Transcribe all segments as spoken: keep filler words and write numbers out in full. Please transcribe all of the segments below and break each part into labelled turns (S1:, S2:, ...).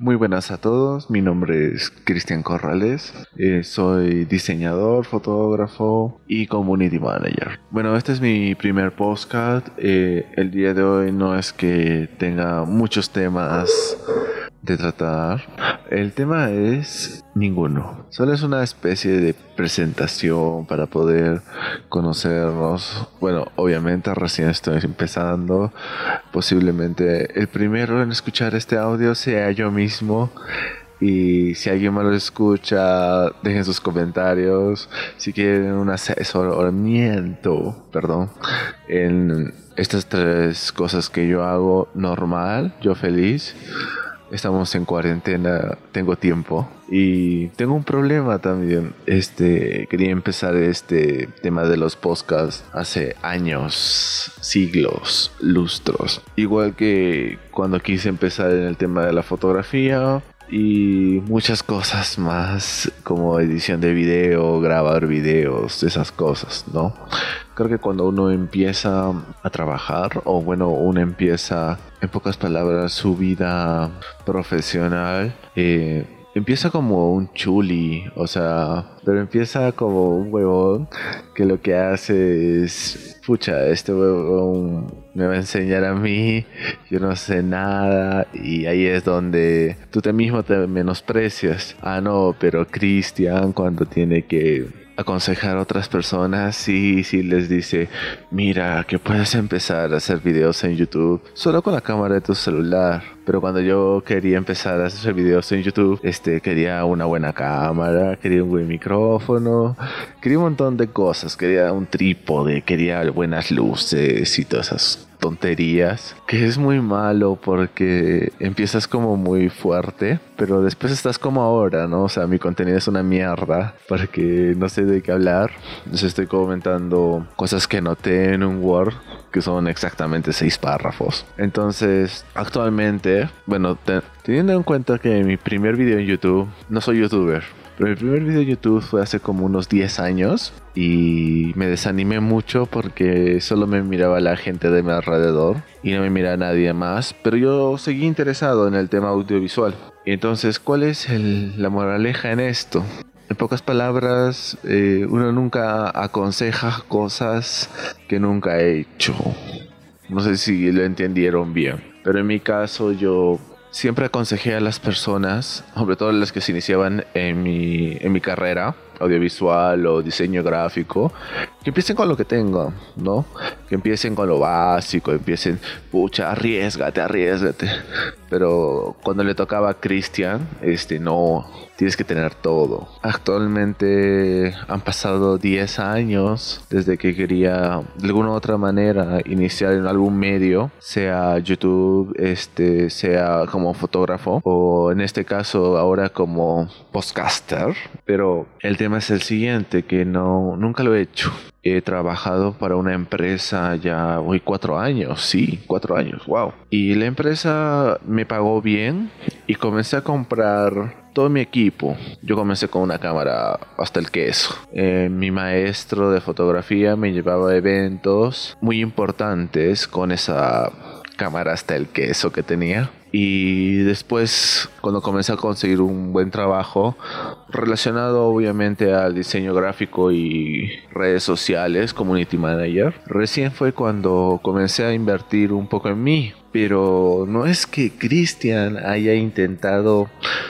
S1: Muy buenas a todos, mi nombre es Cristian Corrales, eh, soy diseñador, fotógrafo y community manager. Bueno, este es mi primer podcast, eh, el día de hoy no es que tenga muchos temas de tratar, el tema es ninguno, solo es una especie de presentación para poder conocernos. Bueno, obviamente recién estoy empezando, posiblemente el primero en escuchar este audio sea yo mismo. Y si alguien más lo escucha, dejen sus comentarios. Si quieren un asesoramiento, perdón, en estas tres cosas que yo hago normal, yo feliz. Estamos en cuarentena, tengo tiempo y tengo un problema también. Este, quería empezar este tema de los podcasts hace años, siglos, lustros. Igual que cuando quise empezar en el tema de la fotografía y muchas cosas más, como edición de video, grabar videos, esas cosas, ¿no? Creo que cuando uno empieza a trabajar, o bueno, uno empieza, en pocas palabras, su vida profesional, eh, empieza como un chuli, o sea, pero empieza como un huevón que lo que hace es, pucha, este huevón me va a enseñar a mí, yo no sé nada, y ahí es donde tú te mismo te menosprecias. Ah, no, pero Cristian cuando tiene que aconsejar a otras personas, sí, sí les dice, mira, que puedes empezar a hacer videos en YouTube solo con la cámara de tu celular. Pero cuando yo quería empezar a hacer videos en YouTube, este, quería una buena cámara, quería un buen micrófono, quería un montón de cosas, quería un trípode, quería buenas luces y todas esas tonterías, que es muy malo porque empiezas como muy fuerte, pero después estás como ahora, ¿no? O sea, mi contenido es una mierda porque no sé de qué hablar. Les estoy comentando cosas que noté en un Word que son exactamente seis párrafos. Entonces, actualmente, bueno, te, teniendo en cuenta que mi primer video en YouTube, no soy youtuber, pero mi primer video en YouTube fue hace como unos diez años y me desanimé mucho porque solo me miraba la gente de mi alrededor y no me miraba nadie más, pero yo seguí interesado en el tema audiovisual. Y entonces, ¿cuál es el, la moraleja en esto? En pocas palabras, eh, uno nunca aconseja cosas que nunca he hecho. No sé si lo entendieron bien, pero en mi caso yo siempre aconsejé a las personas, sobre todo las que se iniciaban en mi, en mi carrera audiovisual o diseño gráfico, que empiecen con lo que tengan, ¿no? Que empiecen con lo básico, empiecen, pucha, arriésgate, arriésgate. Pero cuando le tocaba a Cristian, este, no, tienes que tener todo. Actualmente han pasado diez años desde que quería de alguna u otra manera iniciar en algún medio, sea YouTube, este, sea como fotógrafo o en este caso ahora como podcaster. Pero el tema es el siguiente, que no, nunca lo he hecho. He trabajado para una empresa ya hoy cuatro años, sí, cuatro años, wow. Y la empresa me pagó bien y comencé a comprar todo mi equipo. Yo comencé con una cámara hasta el queso. Eh, mi maestro de fotografía me llevaba a eventos muy importantes con esa cámara hasta el queso que tenía. Y después, cuando comencé a conseguir un buen trabajo relacionado obviamente al diseño gráfico y redes sociales, community manager, recién fue cuando comencé a invertir un poco en mí. Pero no es que Cristian haya intentado,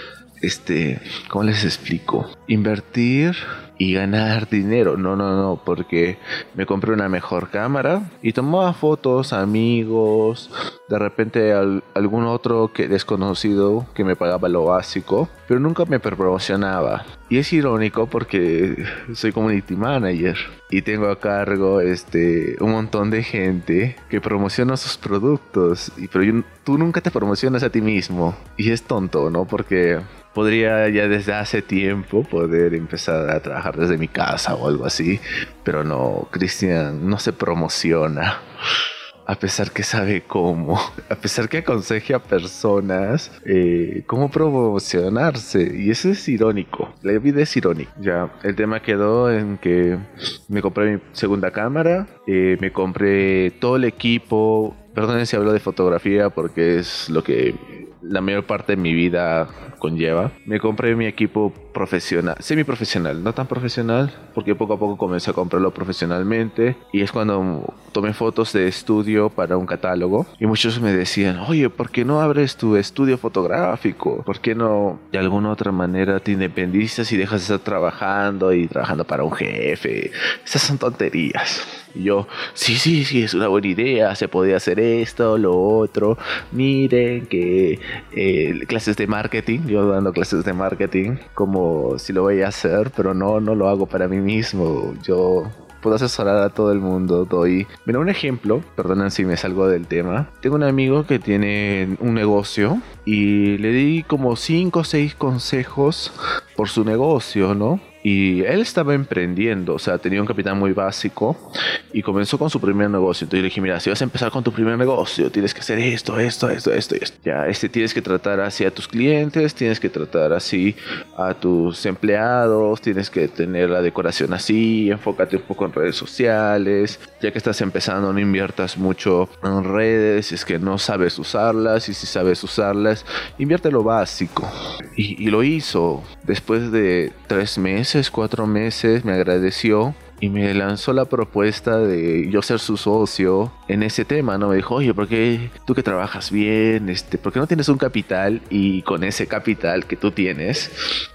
S1: este, ¿cómo les explico? Invertir y ganar dinero. No, no, no, porque me compré una mejor cámara y tomaba fotos, amigos, de repente al, algún otro que desconocido que me pagaba lo básico, pero nunca me promocionaba. Y es irónico porque soy community manager y tengo a cargo este un montón de gente que promociona sus productos, y pero yo, tú nunca te promocionas a ti mismo. Y es tonto, ¿no? Porque podría ya desde hace tiempo poder empezar a trabajar desde mi casa o algo así, pero no, Cristian no se promociona. A pesar que sabe cómo, a pesar que aconseje a personas eh, cómo promocionarse. Y eso es irónico, la vida es irónica. Ya, el tema quedó en que me compré mi segunda cámara, eh, me compré todo el equipo. Perdonen si hablo de fotografía porque es lo que la mayor parte de mi vida conlleva, me compré mi equipo profesional, semiprofesional, no tan profesional, porque poco a poco comencé a comprarlo profesionalmente, y es cuando tomé fotos de estudio para un catálogo, y muchos me decían, oye, ¿por qué no abres tu estudio fotográfico? ¿Por qué no de alguna otra manera te independizas y dejas de estar trabajando y trabajando para un jefe? Esas son tonterías. Y yo, sí, sí, sí, es una buena idea, se podía hacer esto, lo otro, miren que eh, clases de marketing, yo dando clases de marketing, como si lo voy a hacer, pero no, no lo hago para mí mismo, yo puedo asesorar a todo el mundo, doy... Mira, un ejemplo, perdonen si me salgo del tema, tengo un amigo que tiene un negocio y le di como cinco o seis consejos por su negocio, ¿no? Y él estaba emprendiendo, o sea, tenía un capital muy básico y comenzó con su primer negocio. Entonces yo le dije, mira, si vas a empezar con tu primer negocio, tienes que hacer esto, esto, esto, esto y esto. Ya, este, tienes que tratar así a tus clientes, tienes que tratar así a tus empleados, tienes que tener la decoración así, enfócate un poco en redes sociales. Ya que estás empezando, no inviertas mucho en redes, si es que no sabes usarlas, y si sabes usarlas, invierte lo básico. Y, y lo hizo. Después de tres meses, cuatro meses, me agradeció y me lanzó la propuesta de yo ser su socio en ese tema, ¿no? Me dijo, oye, ¿por qué tú que trabajas bien, este, por qué no tienes un capital y con ese capital que tú tienes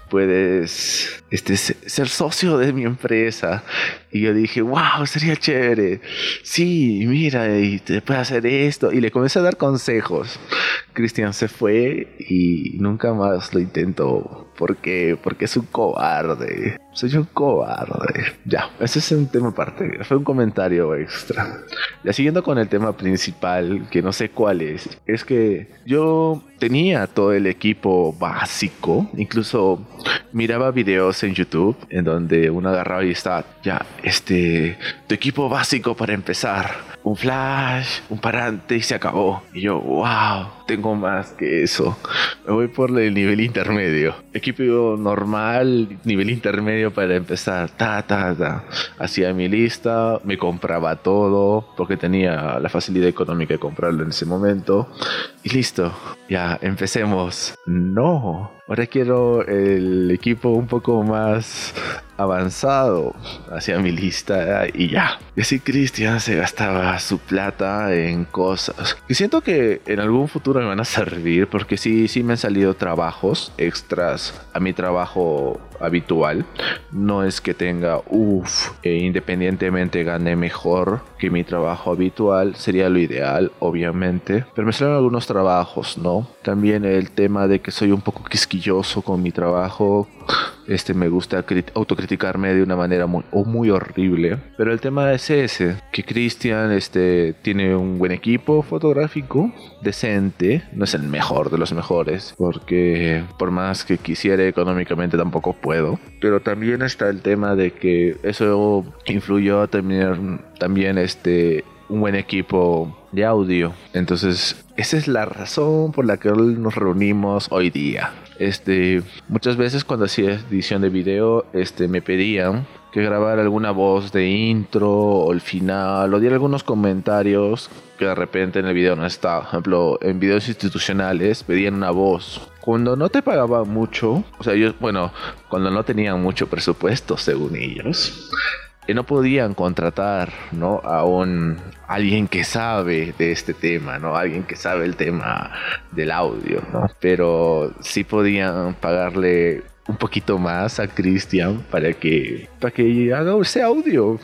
S1: puedes este, ser socio de mi empresa? Y yo dije, wow, sería chévere. Sí, mira, y te puedes hacer esto. Y le comencé a dar consejos. Cristian se fue y nunca más lo intentó. ¿Por qué? Porque es un cobarde. Soy un cobarde. Ya, ese es un tema aparte. Fue un comentario extra. Ya siguiendo con el tema principal, que no sé cuál es, es que yo tenía todo el equipo básico. Incluso miraba videos en YouTube en donde uno agarraba y estaba, ya, este, tu equipo básico para empezar. Un flash, un parante y se acabó. Y yo, wow, tengo más que eso. Me voy por el nivel intermedio. Equipo normal, nivel intermedio para empezar. Ta, ta, ta. Hacía mi lista, me compraba todo porque tenía la facilidad económica de comprarlo en ese momento. Y listo, ya, empecemos. No, ahora quiero el equipo un poco más avanzado. Hacia mi lista y ya. Y así Cristian se gastaba su plata en cosas que siento que en algún futuro me van a servir, porque sí, sí me han salido trabajos extras a mi trabajo habitual. No es que tenga, uff, e independientemente gane mejor que mi trabajo habitual, sería lo ideal, obviamente, pero me salen algunos trabajos, ¿no? También el tema de que soy un poco quisquilloso con mi trabajo. Este, me gusta autocriticarme de una manera muy, o muy horrible. Pero el tema es ese, que Cristian este, tiene un buen equipo fotográfico, decente. No es el mejor de los mejores, porque por más que quisiera económicamente tampoco puedo. Pero también está el tema de que eso influyó a tener también este, un buen equipo de audio. Entonces esa es la razón por la que nos reunimos hoy día. Este, muchas veces cuando hacía edición de video, este, me pedían que grabara alguna voz de intro o el final, o diera algunos comentarios que de repente en el video no está. Por ejemplo, en videos institucionales pedían una voz. Cuando no te pagaban mucho, o sea, yo, bueno, cuando no tenían mucho presupuesto, según ellos, que no podían contratar, ¿no?, a un alguien que sabe de este tema, ¿no? Alguien que sabe el tema del audio, ¿no? Pero sí podían pagarle un poquito más a Cristian para que para que haga ese audio.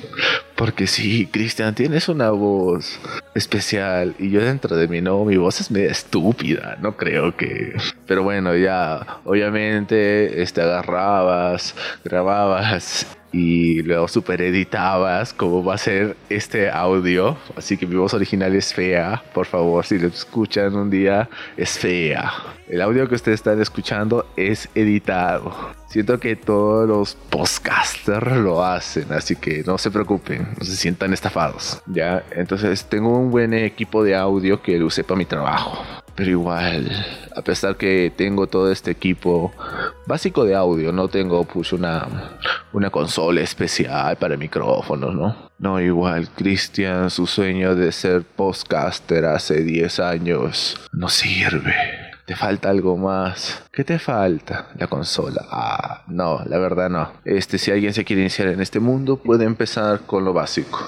S1: Porque sí, Cristian, tienes una voz especial y yo dentro de mí no, mi voz es media estúpida, no creo que... Pero bueno, ya, obviamente, este, agarrabas, grababas y luego super editabas cómo va a ser este audio. Así que mi voz original es fea, por favor, si lo escuchan un día, es fea. El audio que ustedes están escuchando es editado. Siento que todos los podcasters lo hacen, así que no se preocupen, no se sientan estafados. Ya, entonces tengo un buen equipo de audio que lo usé para mi trabajo. Pero igual, a pesar que tengo todo este equipo básico de audio, no tengo pues una, una consola especial para micrófonos, ¿no? No, igual, Cristian, su sueño de ser podcaster hace diez años no sirve. te falta algo más. ¿Qué te falta? La consola. Ah, no, la verdad no. Este, si alguien se quiere iniciar en este mundo, puede empezar con lo básico.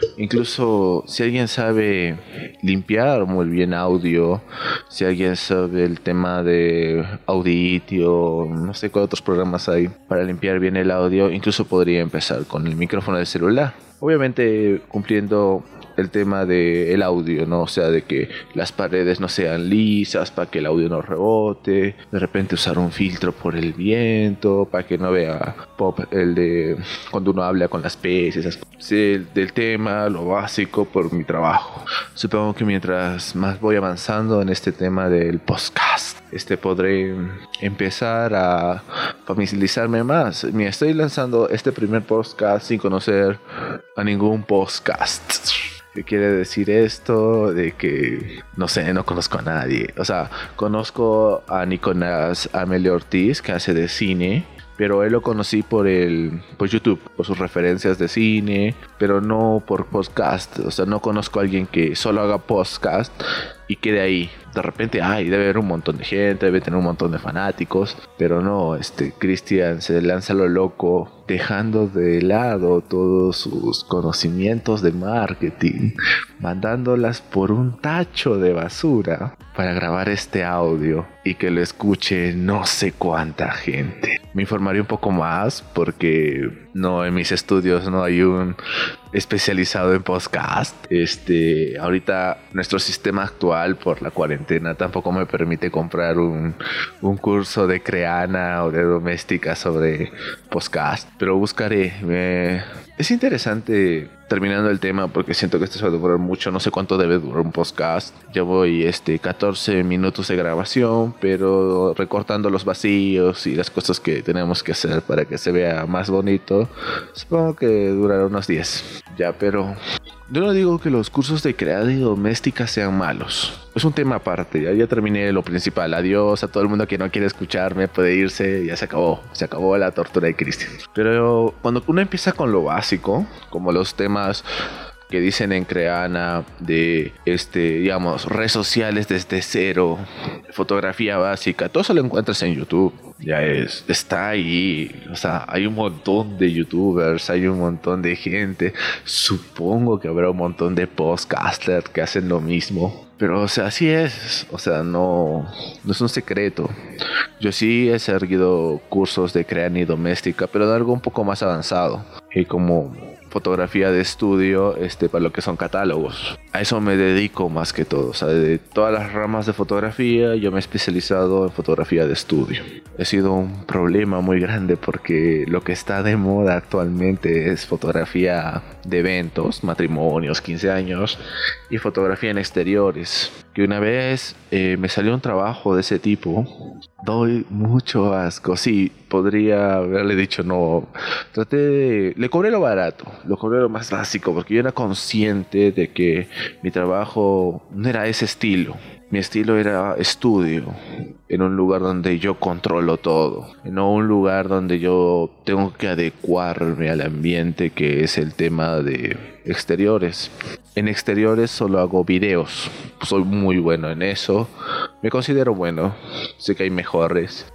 S1: Incluso si alguien sabe limpiar muy bien audio, si alguien sabe el tema de Audacity o no sé qué otros programas hay para limpiar bien el audio, incluso podría empezar con el micrófono del celular. Obviamente cumpliendo el tema del audio, ¿no? O sea, de que las paredes no sean lisas para que el audio no rebote, de repente usar un filtro por el viento para que no vea pop el de cuando uno habla con las P's, esas cosas. Sí, del tema, lo básico por mi trabajo. Supongo que mientras más voy avanzando en este tema del podcast, este podré empezar a familiarizarme más. Me estoy lanzando este primer podcast sin conocer a ningún podcast. ¿Qué quiere decir esto? De que, no sé, no conozco a nadie. O sea, conozco a Nicolás Amelio Ortiz, que hace de cine, pero él lo conocí por el por YouTube, por sus referencias de cine, pero no por podcast. O sea, no conozco a alguien que solo haga podcast y quede ahí. De repente, ay, debe haber un montón de gente, debe tener un montón de fanáticos, pero no, este Cristian se lanza a lo loco, dejando de lado todos sus conocimientos de marketing, mandándolas por un tacho de basura para grabar este audio y que lo escuche no sé cuánta gente. Me informaré un poco más porque no, en mis estudios no hay un especializado en podcast. Este, ahorita nuestro sistema actual por la cuarentena tampoco me permite comprar un, un curso de Creana o de Doméstica sobre podcast, pero buscaré. Me... Es interesante terminando el tema porque siento que esto se va a durar mucho. No sé cuánto debe durar un podcast. Ya voy este, catorce minutos de grabación, pero recortando los vacíos y las cosas que tenemos que hacer para que se vea más bonito, supongo que durará unos diez. Ya, pero yo no digo que los cursos de creada y doméstica sean malos. Es un tema aparte. Ya, ya terminé lo principal. Adiós a todo el mundo que no quiere escucharme. Puede irse. Ya se acabó. Se acabó la tortura de Cristian. Pero cuando uno empieza con lo básico, como los temas que dicen en Creana de, este, digamos, redes sociales desde cero, fotografía básica, todo eso lo encuentras en YouTube. Ya es, está ahí. O sea, hay un montón de youtubers, hay un montón de gente. Supongo que habrá un montón de podcasters que hacen lo mismo. Pero, o sea, así es. O sea, no, no es un secreto. Yo sí he seguido cursos de Creana y doméstica, pero de algo un poco más avanzado. Y como fotografía de estudio, este, para lo que son catálogos. A eso me dedico más que todo. O sea, de todas las ramas de fotografía, yo me he especializado en fotografía de estudio. Ha sido un problema muy grande porque lo que está de moda actualmente es fotografía de eventos, matrimonios, quince años, y fotografía en exteriores. Que una vez eh, me salió un trabajo de ese tipo. Doy mucho asco. Sí, podría haberle dicho no. Traté de... Le cobré lo barato. Lo cobré lo más básico. Porque yo era consciente de que mi trabajo no era ese estilo. Mi estilo era estudio. En un lugar donde yo controlo todo. No un lugar donde yo tengo que adecuarme al ambiente, que es el tema de exteriores. En exteriores solo hago videos. Soy muy bueno en eso. Me considero bueno. Sé que hay mejores.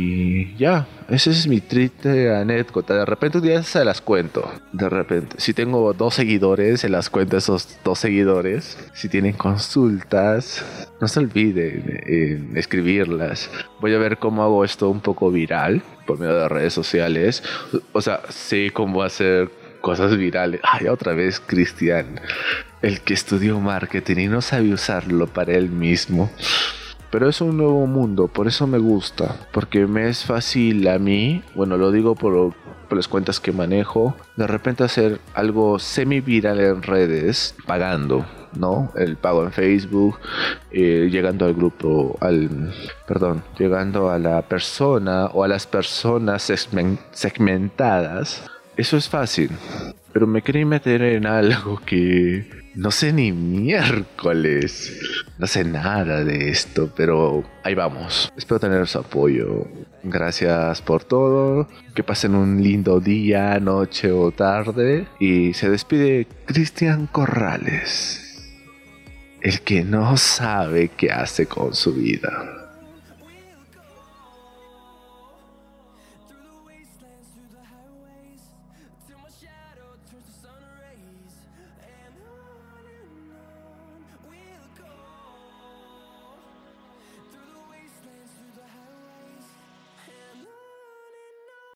S1: Y ya, esa es mi triste anécdota. De repente un día se las cuento. De repente, si tengo dos seguidores, se las cuento a esos dos seguidores. Si tienen consultas, no se olviden en escribirlas. Voy a ver cómo hago esto un poco viral por medio de redes sociales. O sea, sé cómo hacer cosas virales. Ay, otra vez Cristian, el que estudió marketing y no sabe usarlo para él mismo. Pero es un nuevo mundo, por eso me gusta. Porque me es fácil a mí, bueno, lo digo por, por las cuentas que manejo, de repente hacer algo semi viral en redes, pagando, ¿no? El pago en Facebook, eh, llegando al grupo, al, perdón, llegando a la persona o a las personas segmentadas. Eso es fácil, pero me quería meter en algo que no sé ni miércoles. No sé nada de esto, pero ahí vamos. Espero tener su apoyo. Gracias por todo. Que pasen un lindo día, noche o tarde. Y se despide Cristian Corrales, el que no sabe qué hace con su vida.